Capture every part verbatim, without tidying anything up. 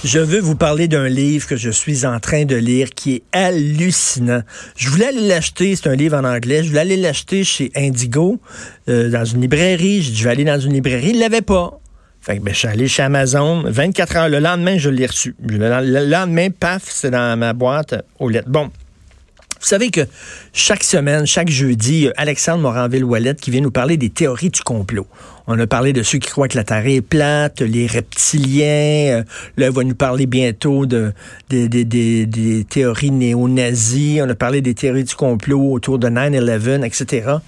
Je veux vous parler d'un livre que je suis en train de lire qui est hallucinant. Je voulais aller l'acheter, c'est un livre en anglais, je voulais aller l'acheter chez Indigo, euh, dans une librairie. J'ai dit, je vais aller dans une librairie, il ne l'avait pas. Fait que ben, je suis allé chez Amazon, vingt-quatre heures, le lendemain, je l'ai reçu. Le, le lendemain, paf, c'est dans ma boîte aux lettres. Bon. Vous savez que chaque semaine, chaque jeudi, Alexandre Moranville-Ouellette qui vient nous parler des théories du complot. On a parlé de ceux qui croient que la Terre est plate, les reptiliens. Euh, là, il va nous parler bientôt de, de, de, de, des théories néo-nazis. On a parlé des théories du complot autour de nine eleven, et cetera.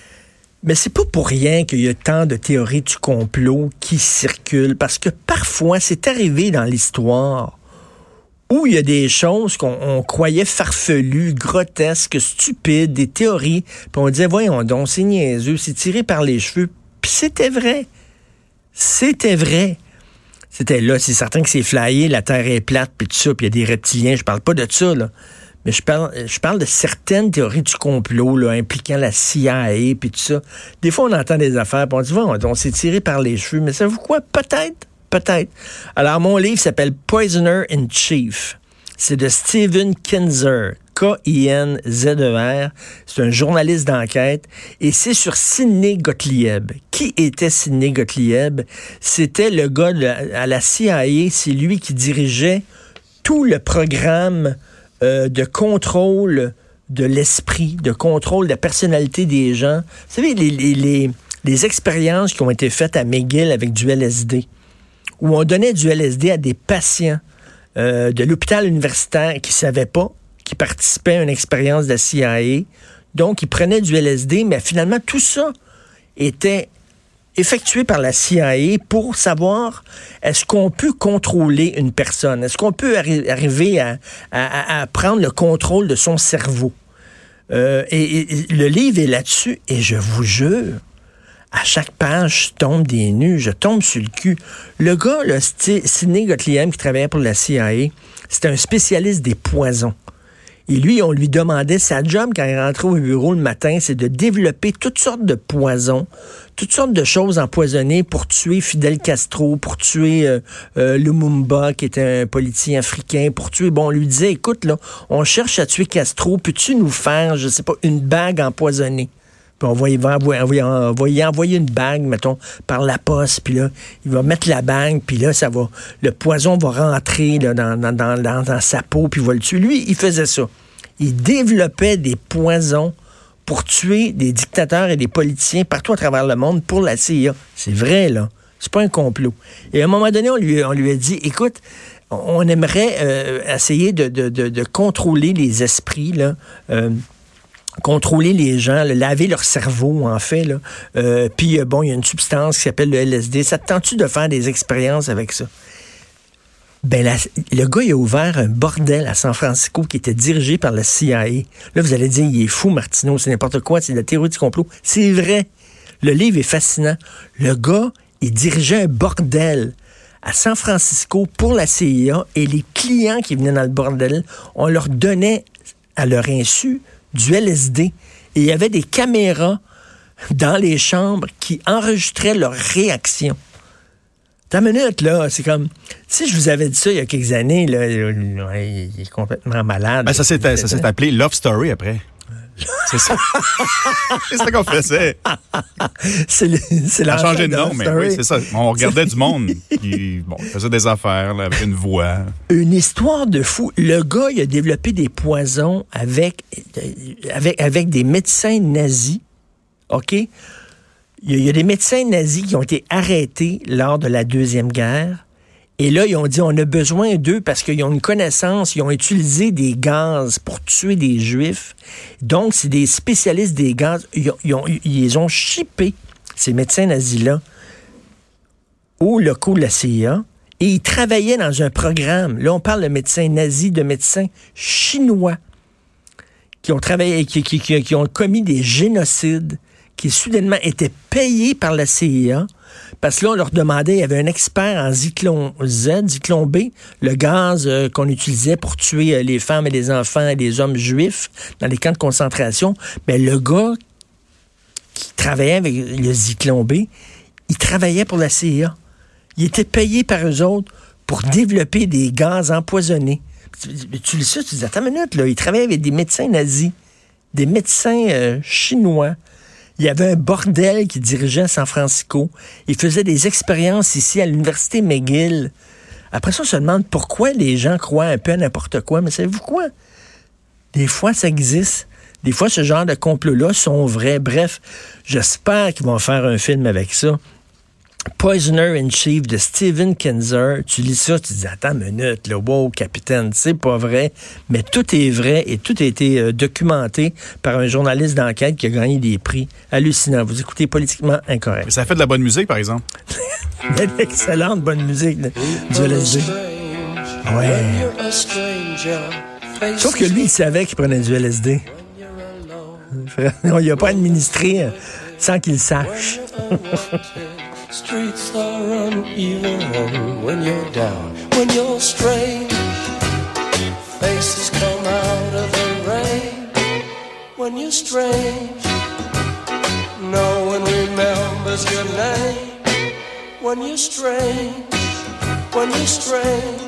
Mais c'est pas pour rien qu'il y a tant de théories du complot qui circulent, parce que parfois, c'est arrivé dans l'histoire où il y a des choses qu'on on croyait farfelues, grotesques, stupides, des théories, puis on disait, voyons donc, c'est niaiseux, c'est tiré par les cheveux. Puis c'était vrai. C'était vrai. C'était là, c'est certain que c'est flyé, la Terre est plate, puis tout ça, puis il y a des reptiliens, je parle pas de ça, là. Mais je parle, je parle de certaines théories du complot, là, impliquant la C I A, puis tout ça. Des fois, on entend des affaires, puis on dit, voyons donc, c'est tiré par les cheveux, mais savez-vous quoi? Peut-être. Peut-être. Alors, mon livre s'appelle Poisoner in Chief. C'est de Stephen Kinzer, K I N Z E R. C'est un journaliste d'enquête. Et c'est sur Sidney Gottlieb. Qui était Sidney Gottlieb? C'était le gars de, à la C I A. C'est lui qui dirigeait tout le programme euh, de contrôle de l'esprit, de contrôle de la personnalité des gens. Vous savez, les, les, les, les expériences qui ont été faites à McGill avec du L S D, où on donnait du L S D à des patients euh, de l'hôpital universitaire qui ne savaient pas, qui participaient à une expérience de la C I A. Donc, ils prenaient du L S D, mais finalement, tout ça était effectué par la C I A pour savoir est-ce qu'on peut contrôler une personne? Est-ce qu'on peut arri- arriver à, à, à prendre le contrôle de son cerveau? Euh, et, et le livre est là-dessus, et je vous jure, à chaque page, je tombe des nues, je tombe sur le cul. Le gars, là, Sidney Gottlieb, qui travaillait pour la C I A, c'était un spécialiste des poisons. Et lui, on lui demandait, sa job quand il rentrait au bureau le matin, c'est de développer toutes sortes de poisons, toutes sortes de choses empoisonnées pour tuer Fidel Castro, pour tuer euh, euh, Lumumba, qui était un politicien africain, pour tuer... Bon, on lui disait, écoute, là, on cherche à tuer Castro, peux-tu nous faire, je sais pas, une bague empoisonnée? Puis on va y envoyer, on va y envoyer une bague, mettons, par la poste, puis là, il va mettre la bague, puis là, ça va, le poison va rentrer là, dans, dans, dans, dans, dans sa peau, puis il va le tuer. Lui, il faisait ça. Il développait des poisons pour tuer des dictateurs et des politiciens partout à travers le monde pour la C I A. C'est vrai, là. C'est pas un complot. Et à un moment donné, on lui, on lui a dit, écoute, on aimerait euh, essayer de, de, de, de contrôler les esprits, là, euh, contrôler les gens, là, laver leur cerveau, en fait. Là. Euh, Puis, euh, bon, il y a une substance qui s'appelle le L S D. Ça te tente-tu de faire des expériences avec ça? Ben, la, le gars, il a ouvert un bordel à San Francisco qui était dirigé par la C I A. Là, vous allez dire, il est fou, Martineau, c'est n'importe quoi, c'est de la théorie du complot. C'est vrai. Le livre est fascinant. Le gars, il dirigeait un bordel à San Francisco pour la C I A, et les clients qui venaient dans le bordel, on leur donnait, à leur insu, du L S D. Et il y avait des caméras dans les chambres qui enregistraient leurs réactions. T'as une minute, là, c'est comme... Si je vous avais dit ça il y a quelques années, là, il est complètement malade. Ben, ça s'est, ça s'est appelé Love Story après. C'est ça. C'est ça qu'on faisait. c'est le, c'est ça a changé de nom, mais oui, c'est ça. On regardait du monde qui bon, faisait des affaires là, avec une voix. Une histoire de fou. Le gars, il a développé des poisons avec, avec, avec des médecins nazis. OK? Il y, a, il y a des médecins nazis qui ont été arrêtés lors de la Deuxième Guerre. Et là, ils ont dit, on a besoin d'eux parce qu'ils ont une connaissance, ils ont utilisé des gaz pour tuer des Juifs. Donc, c'est des spécialistes des gaz. Ils, ont, ils, ont, ils les ont chippés, ces médecins nazis-là, aux locaux de la C I A. Et ils travaillaient dans un programme. Là, on parle de médecins nazis, de médecins chinois qui ont travaillé, qui, qui, qui, qui ont commis des génocides, qui soudainement étaient payés par la C I A. Parce que là, on leur demandait, il y avait un expert en Zyklon Z, Zyklon B, le gaz euh, qu'on utilisait pour tuer euh, les femmes et les enfants et les hommes juifs dans les camps de concentration. Mais le gars qui travaillait avec le Zyklon B, il travaillait pour la C I A. Il était payé par eux autres pour développer des gaz empoisonnés. Tu, tu lis ça, tu dis, attends une minute, là, il travaillait avec des médecins nazis, des médecins euh, chinois. Il y avait un bordel qui dirigeait San Francisco. Il faisait des expériences ici à l'université McGill. Après ça, on se demande pourquoi les gens croient un peu à n'importe quoi. Mais savez-vous quoi? Des fois, ça existe. Des fois, ce genre de complots-là sont vrais. Bref, j'espère qu'ils vont faire un film avec ça. Poisoner in Chief de Stephen Kinzer. Tu lis ça, tu te dis, attends une minute, là, wow, capitaine, c'est pas vrai. Mais tout est vrai et tout a été euh, documenté par un journaliste d'enquête qui a gagné des prix. Hallucinant. Vous écoutez Politiquement Incorrect. Mais ça fait de la bonne musique, par exemple. Excellente bonne musique là, du L S D. Ouais. Sauf que lui, il savait qu'il prenait du L S D. On lui a pas administré sans qu'il sache. Streets are uneven when you're down, when you're strange. Faces come out of the rain when you're strange. No one remembers your name when you're strange, when you're strange.